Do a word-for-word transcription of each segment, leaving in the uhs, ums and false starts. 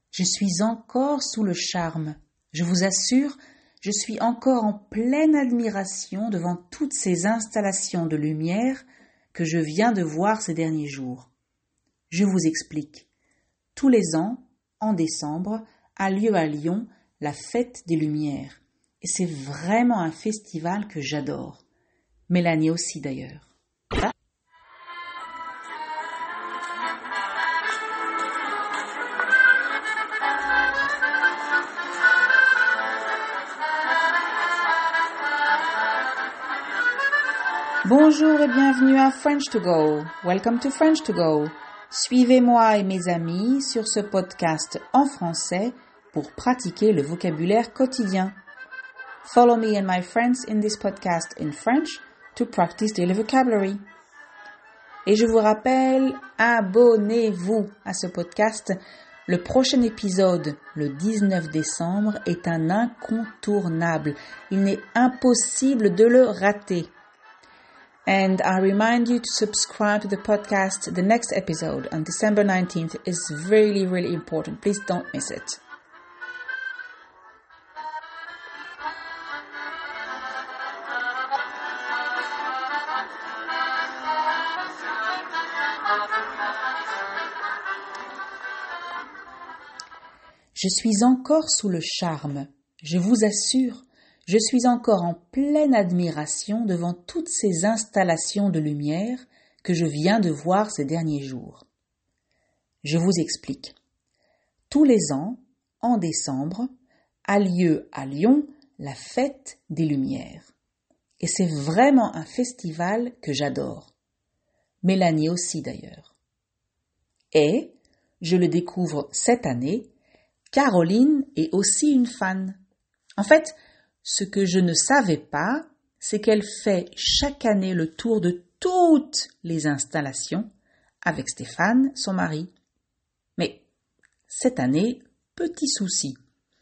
Je suis encore sous le charme. Je vous assure, je suis encore en pleine admiration devant toutes ces installations de lumière que je viens de voir ces derniers jours. Je vous explique. Tous les ans, en décembre, a lieu à Lyon la Fête des Lumières. Et c'est vraiment un festival que j'adore. Mélanie aussi d'ailleurs. Bonjour et bienvenue à French to Go. Welcome to French to Go. Suivez-moi et mes amis sur ce podcast en français pour pratiquer le vocabulaire quotidien. Follow me and my friends in this podcast in French to practice daily vocabulary. Et je vous rappelle, abonnez-vous à ce podcast. Le prochain épisode, le dix-neuf décembre, est un incontournable. Il n'est impossible de le rater. And I remind you to subscribe to the podcast. The next episode on December nineteenth is really, really important. Please don't miss it. Je suis encore sous le charme, je vous assure. Je suis encore en pleine admiration devant toutes ces installations de lumière que je viens de voir ces derniers jours. Je vous explique. Tous les ans, en décembre, a lieu à Lyon la Fête des Lumières. Et c'est vraiment un festival que j'adore. Mélanie aussi d'ailleurs. Et, je le découvre cette année, Caroline est aussi une fan. En fait, ce que je ne savais pas, c'est qu'elle fait chaque année le tour de toutes les installations avec Stéphane, son mari. Mais cette année, petit souci.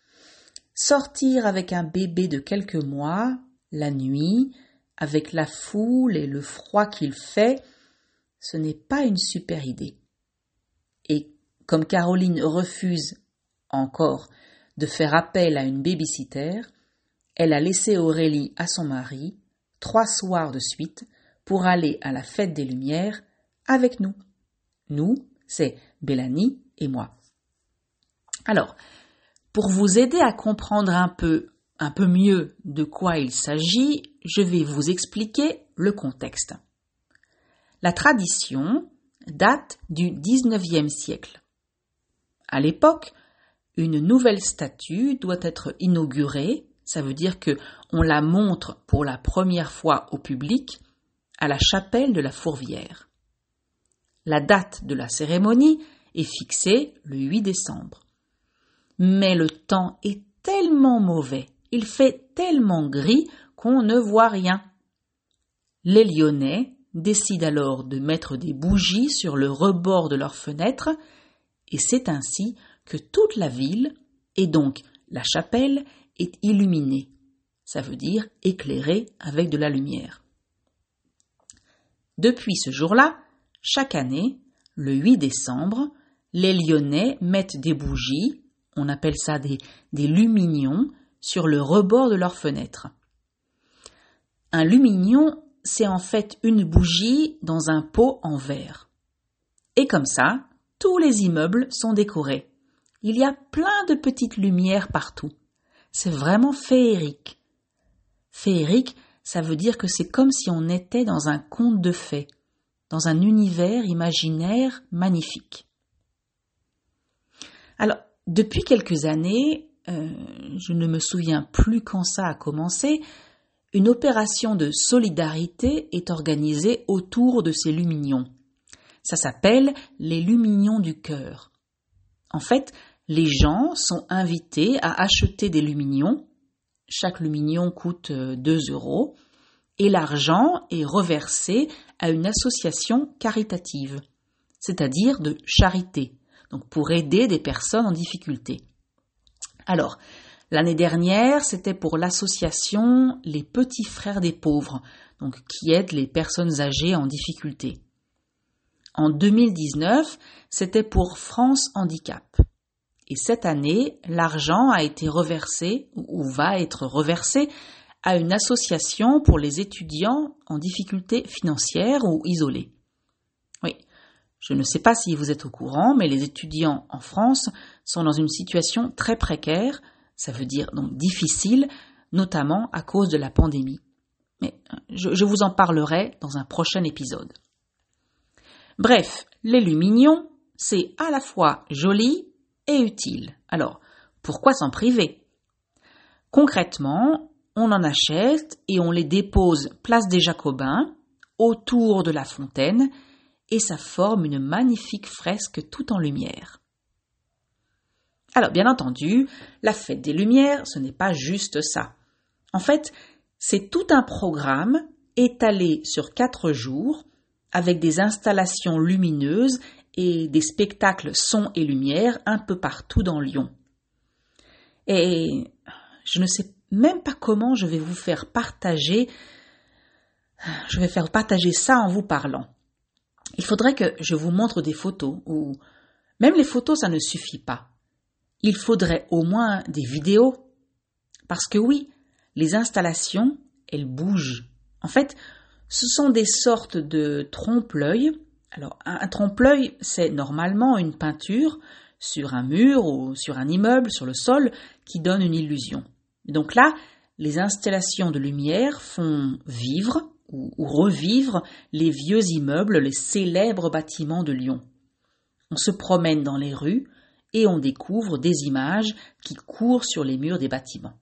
Sortir avec un bébé de quelques mois, la nuit, avec la foule et le froid qu'il fait, ce n'est pas une super idée. Et comme Caroline refuse encore de faire appel à une babysitter, elle a laissé Aurélie à son mari, trois soirs de suite, pour aller à la Fête des Lumières avec nous. Nous, c'est Mélanie et moi. Alors, pour vous aider à comprendre un peu, un peu mieux de quoi il s'agit, je vais vous expliquer le contexte. La tradition date du dix-neuvième siècle. À l'époque, une nouvelle statue doit être inaugurée. Ça veut dire que on la montre pour la première fois au public à la chapelle de la Fourvière. La date de la cérémonie est fixée le huit décembre. Mais le temps est tellement mauvais, il fait tellement gris qu'on ne voit rien. Les Lyonnais décident alors de mettre des bougies sur le rebord de leurs fenêtres et c'est ainsi que toute la ville, et donc la chapelle, est illuminée. Ça veut dire éclairée avec de la lumière. Depuis ce jour-là, chaque année, le huit décembre, les Lyonnais mettent des bougies, on appelle ça des, des luminions, sur le rebord de leurs fenêtres. Un lumignon, c'est en fait une bougie dans un pot en verre. Et comme ça, tous les immeubles sont décorés. Il y a plein de petites lumières partout. C'est vraiment féerique. Féerique, ça veut dire que c'est comme si on était dans un conte de fées, dans un univers imaginaire magnifique. Alors, depuis quelques années, euh, je ne me souviens plus quand ça a commencé, une opération de solidarité est organisée autour de ces luminions. Ça s'appelle les luminions du cœur. En fait, les gens sont invités à acheter des luminions. Chaque lumignon coûte deux euros et l'argent est reversé à une association caritative, c'est-à-dire de charité, donc pour aider des personnes en difficulté. Alors, l'année dernière, c'était pour l'association Les Petits Frères des Pauvres, donc qui aide les personnes âgées en difficulté. En deux mille dix-neuf, c'était pour France Handicap. Et cette année, l'argent a été reversé ou va être reversé à une association pour les étudiants en difficulté financière ou isolés. Oui, je ne sais pas si vous êtes au courant, mais les étudiants en France sont dans une situation très précaire, ça veut dire donc difficile, notamment à cause de la pandémie. Mais je, je vous en parlerai dans un prochain épisode. Bref, les Luminions, c'est à la fois joli et utile. Alors, pourquoi s'en priver? Concrètement, on en achète et on les dépose place des Jacobins, autour de la fontaine, et ça forme une magnifique fresque tout en lumière. Alors, bien entendu, la fête des Lumières, ce n'est pas juste ça. En fait, c'est tout un programme étalé sur quatre jours, avec des installations lumineuses et des spectacles son et lumière un peu partout dans Lyon. Et je ne sais même pas comment je vais vous faire partager, je vais faire partager ça en vous parlant. Il faudrait que je vous montre des photos, ou même les photos, ça ne suffit pas. Il faudrait au moins des vidéos, parce que oui, les installations, elles bougent. En fait, ce sont des sortes de trompe-l'œil. Alors, un, un trompe-l'œil, c'est normalement une peinture sur un mur ou sur un immeuble, sur le sol, qui donne une illusion. Et donc là, les installations de lumière font vivre ou, ou revivre les vieux immeubles, les célèbres bâtiments de Lyon. On se promène dans les rues et on découvre des images qui courent sur les murs des bâtiments.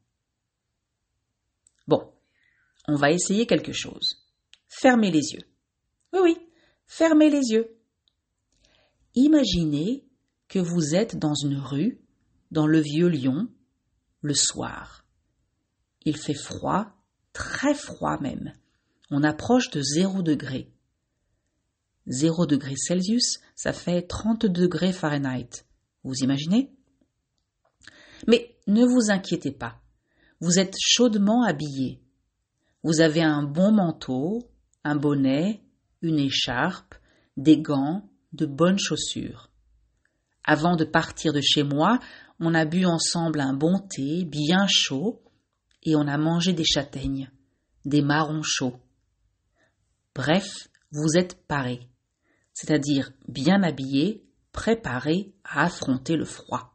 Bon, on va essayer quelque chose. Fermez les yeux. Oui, oui, fermez les yeux. Imaginez que vous êtes dans une rue, dans le vieux Lyon, le soir. Il fait froid, très froid même. On approche de zéro degré. Zéro degré Celsius, ça fait trente degrés Fahrenheit. Vous imaginez? Mais ne vous inquiétez pas. Vous êtes chaudement habillé. Vous avez un bon manteau, un bonnet, une écharpe, des gants, de bonnes chaussures. Avant de partir de chez moi, on a bu ensemble un bon thé bien chaud et on a mangé des châtaignes, des marrons chauds. Bref, vous êtes paré, c'est-à-dire bien habillé, préparé à affronter le froid.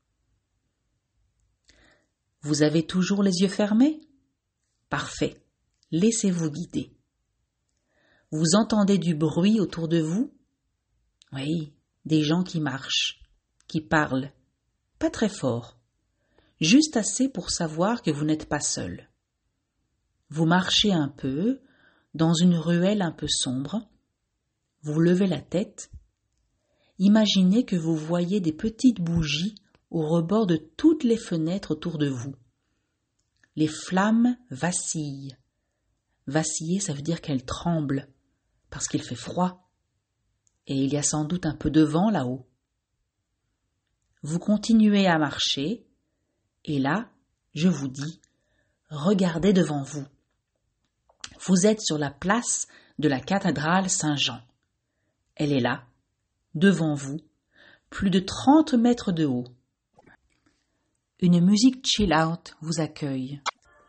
Vous avez toujours les yeux fermés? Parfait, laissez-vous guider. Vous entendez du bruit autour de vous? Oui, des gens qui marchent, qui parlent, pas très fort, juste assez pour savoir que vous n'êtes pas seul. Vous marchez un peu, dans une ruelle un peu sombre, vous levez la tête, imaginez que vous voyez des petites bougies au rebord de toutes les fenêtres autour de vous. Les flammes vacillent. Vaciller, ça veut dire qu'elles tremblent, parce qu'il fait froid, et il y a sans doute un peu de vent là-haut. Vous continuez à marcher, et là, je vous dis, regardez devant vous. Vous êtes sur la place de la cathédrale Saint-Jean. Elle est là, devant vous, plus de trente mètres de haut. Une musique chill-out vous accueille.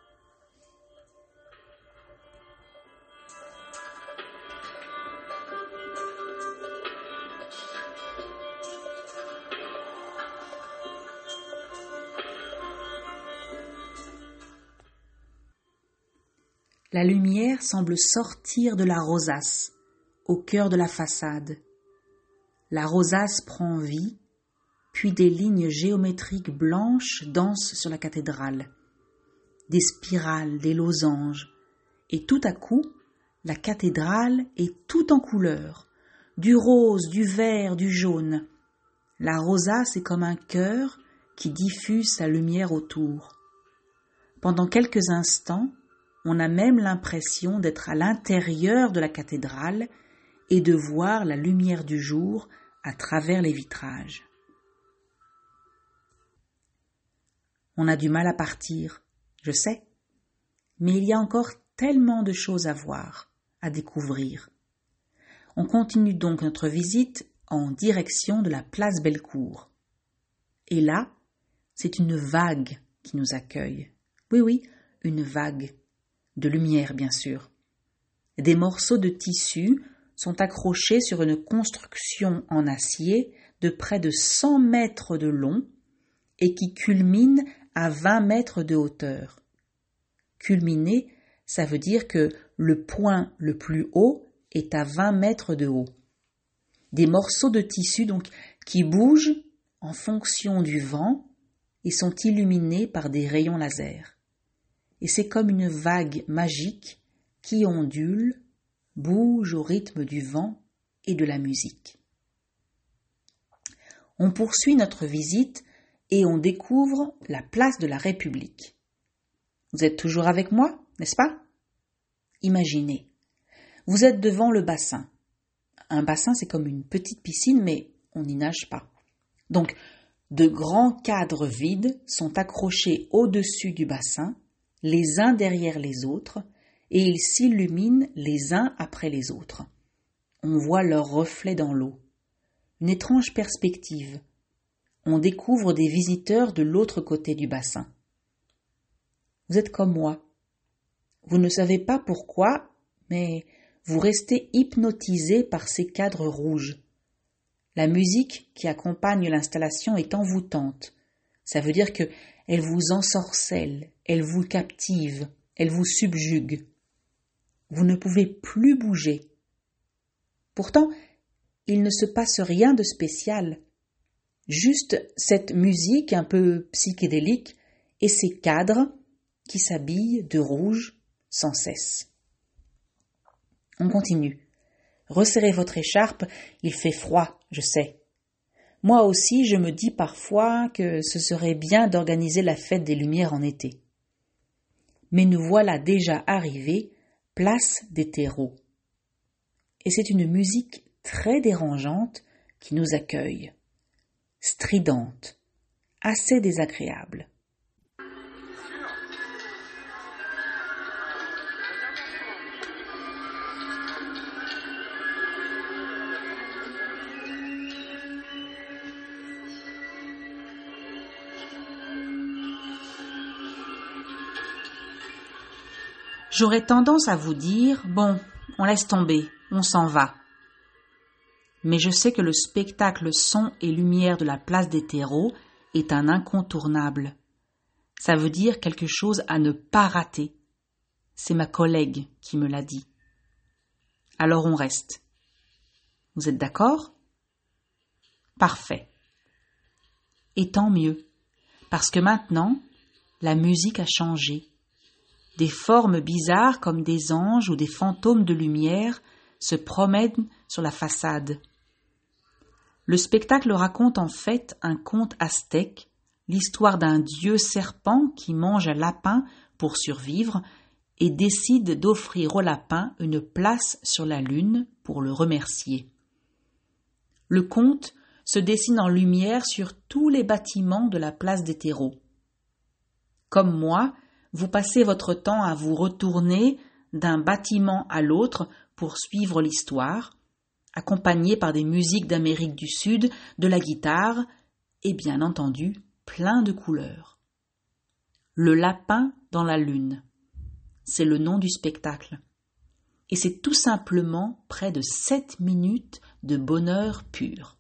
La lumière semble sortir de la rosace, au cœur de la façade. La rosace prend vie, puis des lignes géométriques blanches dansent sur la cathédrale. Des spirales, des losanges, et tout à coup, la cathédrale est tout en couleurs, du rose, du vert, du jaune. La rosace est comme un cœur qui diffuse sa lumière autour. Pendant quelques instants, on a même l'impression d'être à l'intérieur de la cathédrale et de voir la lumière du jour à travers les vitrages. On a du mal à partir, je sais, mais il y a encore tellement de choses à voir, à découvrir. On continue donc notre visite en direction de la place Bellecour. Et là, c'est une vague qui nous accueille. Oui, oui, une vague. De lumière, bien sûr. Des morceaux de tissu sont accrochés sur une construction en acier de près de cent mètres de long et qui culmine à vingt mètres de hauteur. Culminer, ça veut dire que le point le plus haut est à vingt mètres de haut. Des morceaux de tissu donc qui bougent en fonction du vent et sont illuminés par des rayons laser. Et c'est comme une vague magique qui ondule, bouge au rythme du vent et de la musique. On poursuit notre visite et on découvre la place de la République. Vous êtes toujours avec moi, n'est-ce pas? Imaginez, vous êtes devant le bassin. Un bassin, c'est comme une petite piscine, mais on n'y nage pas. Donc, de grands cadres vides sont accrochés au-dessus du bassin, les uns derrière les autres, et ils s'illuminent les uns après les autres. On voit leurs reflets dans l'eau. Une étrange perspective. On découvre des visiteurs de l'autre côté du bassin. Vous êtes comme moi. Vous ne savez pas pourquoi, mais vous restez hypnotisé par ces cadres rouges. La musique qui accompagne l'installation est envoûtante. Ça veut dire que elle vous ensorcelle, elle vous captive, elle vous subjugue. Vous ne pouvez plus bouger. Pourtant, il ne se passe rien de spécial. Juste cette musique un peu psychédélique et ces cadres qui s'habillent de rouge sans cesse. On continue. Resserrez votre écharpe, il fait froid, je sais. Moi aussi, je me dis parfois que ce serait bien d'organiser la fête des Lumières en été. Mais nous voilà déjà arrivés, place des terreaux. Et c'est une musique très dérangeante qui nous accueille, stridente, assez désagréable. J'aurais tendance à vous dire, bon, on laisse tomber, on s'en va. Mais je sais que le spectacle son et lumière de la place des terreaux est un incontournable. Ça veut dire quelque chose à ne pas rater. C'est ma collègue qui me l'a dit. Alors on reste. Vous êtes d'accord? Parfait. Et tant mieux, parce que maintenant, la musique a changé. Des formes bizarres comme des anges ou des fantômes de lumière se promènent sur la façade. Le spectacle raconte en fait un conte aztèque, l'histoire d'un dieu serpent qui mange un lapin pour survivre et décide d'offrir au lapin une place sur la lune pour le remercier. Le conte se dessine en lumière sur tous les bâtiments de la place des terreaux. Comme moi, vous passez votre temps à vous retourner d'un bâtiment à l'autre pour suivre l'histoire, accompagné par des musiques d'Amérique du Sud, de la guitare et bien entendu plein de couleurs. Le lapin dans la lune, c'est le nom du spectacle. Et c'est tout simplement près de sept minutes de bonheur pur.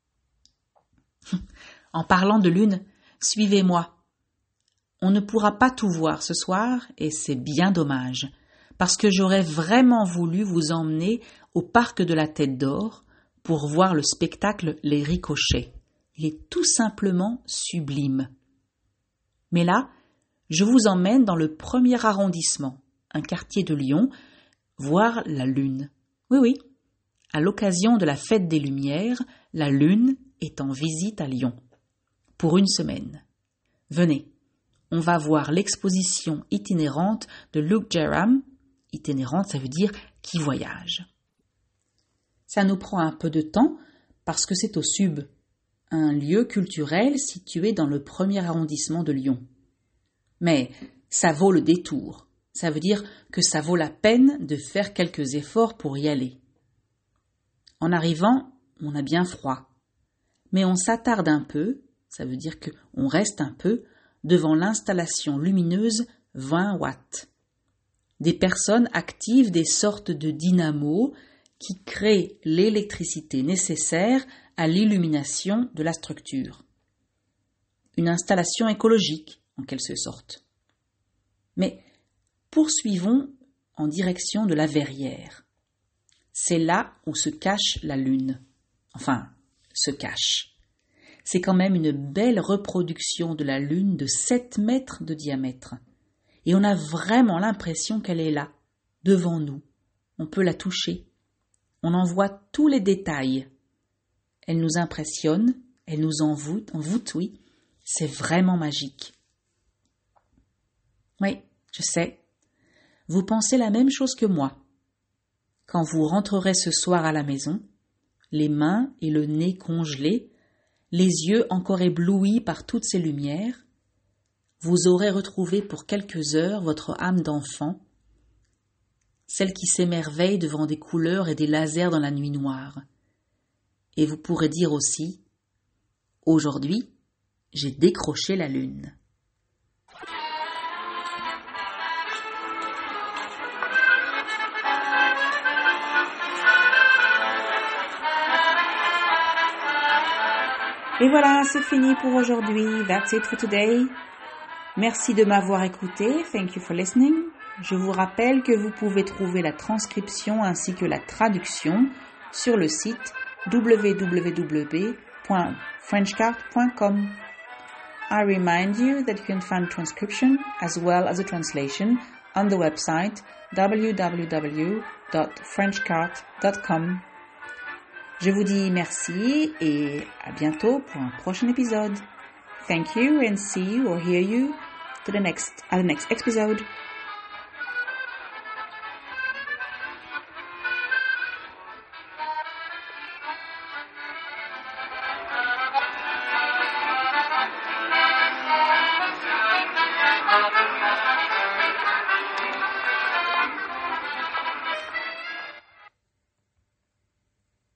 En parlant de lune, suivez-moi. On ne pourra pas tout voir ce soir et c'est bien dommage, parce que j'aurais vraiment voulu vous emmener au parc de la Tête d'Or pour voir le spectacle Les Ricochets. Il est tout simplement sublime. Mais là, je vous emmène dans le premier arrondissement, un quartier de Lyon, voir la Lune. Oui, oui, à l'occasion de la Fête des Lumières, la Lune est en visite à Lyon, pour une semaine. Venez. On va voir l'exposition itinérante de Luke Jerram. Itinérante, ça veut dire qui voyage. Ça nous prend un peu de temps parce que c'est au Sub, un lieu culturel situé dans le premier arrondissement de Lyon. Mais ça vaut le détour. Ça veut dire que ça vaut la peine de faire quelques efforts pour y aller. En arrivant, on a bien froid. Mais on s'attarde un peu ça veut dire qu'on reste un peu devant l'installation lumineuse vingt watts. Des personnes activent des sortes de dynamos qui créent l'électricité nécessaire à l'illumination de la structure. Une installation écologique, en quelque sorte. Mais poursuivons en direction de la verrière. C'est là où se cache la Lune. Enfin, se cache. C'est quand même une belle reproduction de la Lune de sept mètres de diamètre. Et on a vraiment l'impression qu'elle est là, devant nous. On peut la toucher. On en voit tous les détails. Elle nous impressionne, elle nous envoûte, envoûte, oui. C'est vraiment magique. Oui, je sais. Vous pensez la même chose que moi. Quand vous rentrerez ce soir à la maison, les mains et le nez congelés, les yeux encore éblouis par toutes ces lumières, vous aurez retrouvé pour quelques heures votre âme d'enfant, celle qui s'émerveille devant des couleurs et des lasers dans la nuit noire. Et vous pourrez dire aussi « Aujourd'hui, j'ai décroché la lune ». Et voilà, c'est fini pour aujourd'hui. That's it for today. Merci de m'avoir écouté. Thank you for listening. Je vous rappelle que vous pouvez trouver la transcription ainsi que la traduction sur le site w w w point frenchcart point com. I remind you that you can find transcription as well as a translation on the website w w w dot frenchcart dot com. Je vous dis merci et à bientôt pour un prochain épisode. Thank you and see you or hear you to the next, at the next episode.